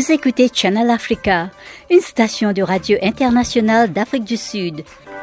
Vous écoutez Channel Africa, une station de radio internationale d'Afrique du Sud.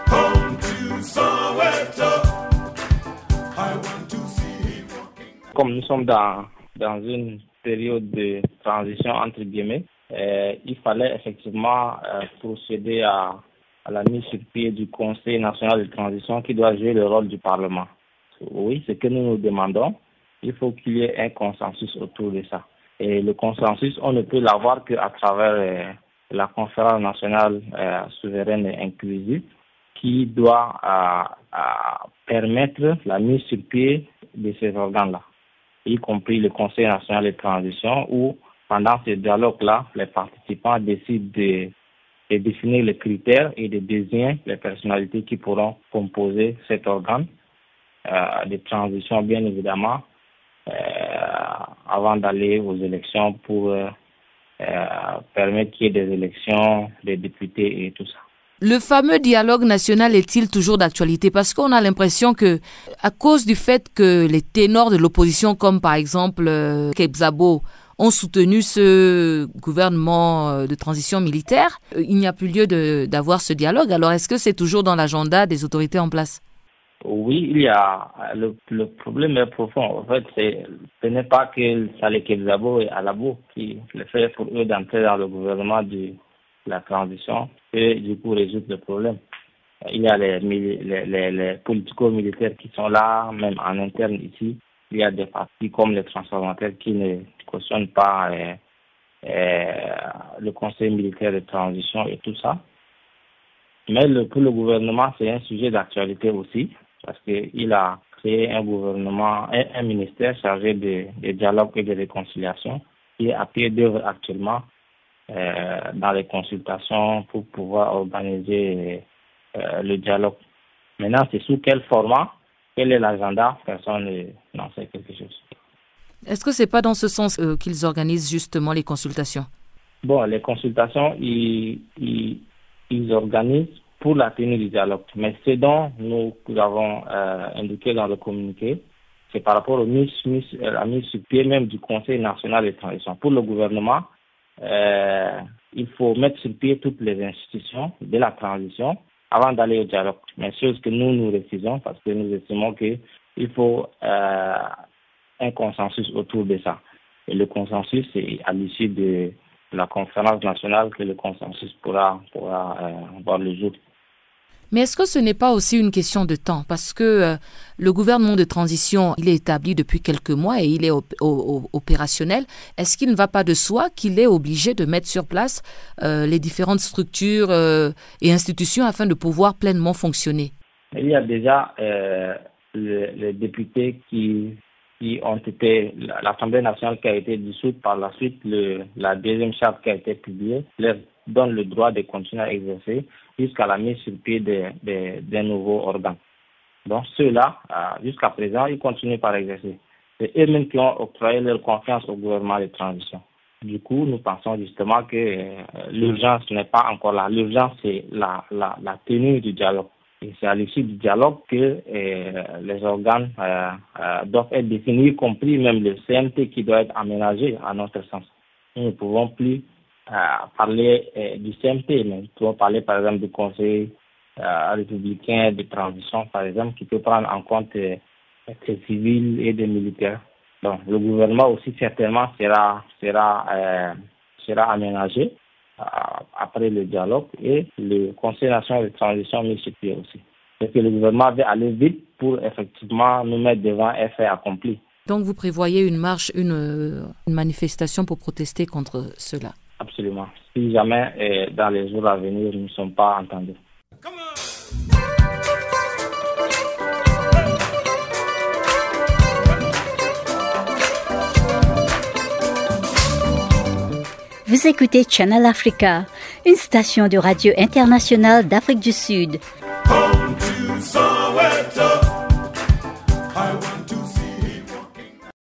Comme nous sommes dans une période de transition entre guillemets, il fallait effectivement procéder à la mise sur pied du Conseil national de transition qui doit jouer le rôle du Parlement. Oui, c'est ce que nous demandons. Il faut qu'il y ait un consensus autour de ça. Et le consensus, on ne peut l'avoir qu'à travers la conférence nationale souveraine et inclusive qui doit permettre la mise sur pied de ces organes-là, y compris le Conseil national de transition où, pendant ce dialogue-là, les participants décident de définir les critères et de désigner les personnalités qui pourront composer cet organe de transition, bien évidemment, avant d'aller aux élections pour permettre qu'il y ait des élections, des députés et tout ça. Le fameux dialogue national est-il toujours d'actualité? Parce qu'on a l'impression que, à cause du fait que les ténors de l'opposition, comme par exemple Kebzabo, ont soutenu ce gouvernement de transition militaire, il n'y a plus lieu d'avoir ce dialogue. Alors, est-ce que c'est toujours dans l'agenda des autorités en place? Oui, il y a le problème est profond. En fait, ce n'est pas que Saleh Kebzabo et Alabo qui le fait pour eux d'entrer dans le gouvernement de la transition et du coup résoudre le problème. Il y a les politico-militaires qui sont là, même en interne ici. Il y a des partis comme les transformateurs qui ne cautionnent pas le conseil militaire de transition et tout ça. Mais pour le gouvernement, c'est un sujet d'actualité aussi, parce qu'il a créé un gouvernement, un ministère chargé de dialogue et de réconciliation, qui est à pied d'œuvre actuellement dans les consultations pour pouvoir organiser le dialogue. Maintenant, c'est sous quel format, quel est l'agenda, personne n'en sait quelque chose. Est-ce que ce n'est pas dans ce sens qu'ils organisent justement les consultations? Bon, les consultations, ils organisent pour la tenue du dialogue. Mais ce dont nous avons indiqué dans le communiqué, c'est par rapport à la mise sur pied même du Conseil national de transition. Pour le gouvernement, il faut mettre sur pied toutes les institutions de la transition avant d'aller au dialogue. Mais chose que nous refusons parce que nous estimons qu'il faut un consensus autour de ça. Et le consensus, c'est à l'issue de la conférence nationale que le consensus pourra voir le jour. Mais est-ce que ce n'est pas aussi une question de temps? Parce que le gouvernement de transition, il est établi depuis quelques mois et il est opérationnel. Est-ce qu'il ne va pas de soi qu'il est obligé de mettre sur place les différentes structures et institutions afin de pouvoir pleinement fonctionner? Il y a déjà les députés qui ont été, l'Assemblée nationale qui a été dissoute par la suite, la deuxième charte qui a été publiée, leur donne le droit de continuer à exercer jusqu'à la mise sur pied des nouveaux organes. Donc ceux-là, jusqu'à présent, ils continuent par exercer. C'est eux-mêmes qui ont octroyé leur confiance au gouvernement de transition. Du coup, nous pensons justement que l'urgence n'est pas encore là. L'urgence, c'est la tenue du dialogue. Et c'est à l'issue du dialogue que les organes doivent être définis, y compris même le CMT qui doit être aménagé à notre sens. Nous ne pouvons plus parler du CMT, mais nous pouvons parler par exemple du Conseil républicain de transition, par exemple, qui peut prendre en compte des civils et des militaires. Donc le gouvernement aussi certainement sera aménagé après le dialogue et le Conseil national de transition mis sur pied aussi. C'est que le gouvernement veut aller vite pour effectivement nous mettre devant un fait accompli. Donc vous prévoyez une marche, une manifestation pour protester contre cela? Absolument. Si jamais dans les jours à venir nous ne sommes pas entendus. Vous écoutez Channel Africa, une station de radio internationale d'Afrique du Sud.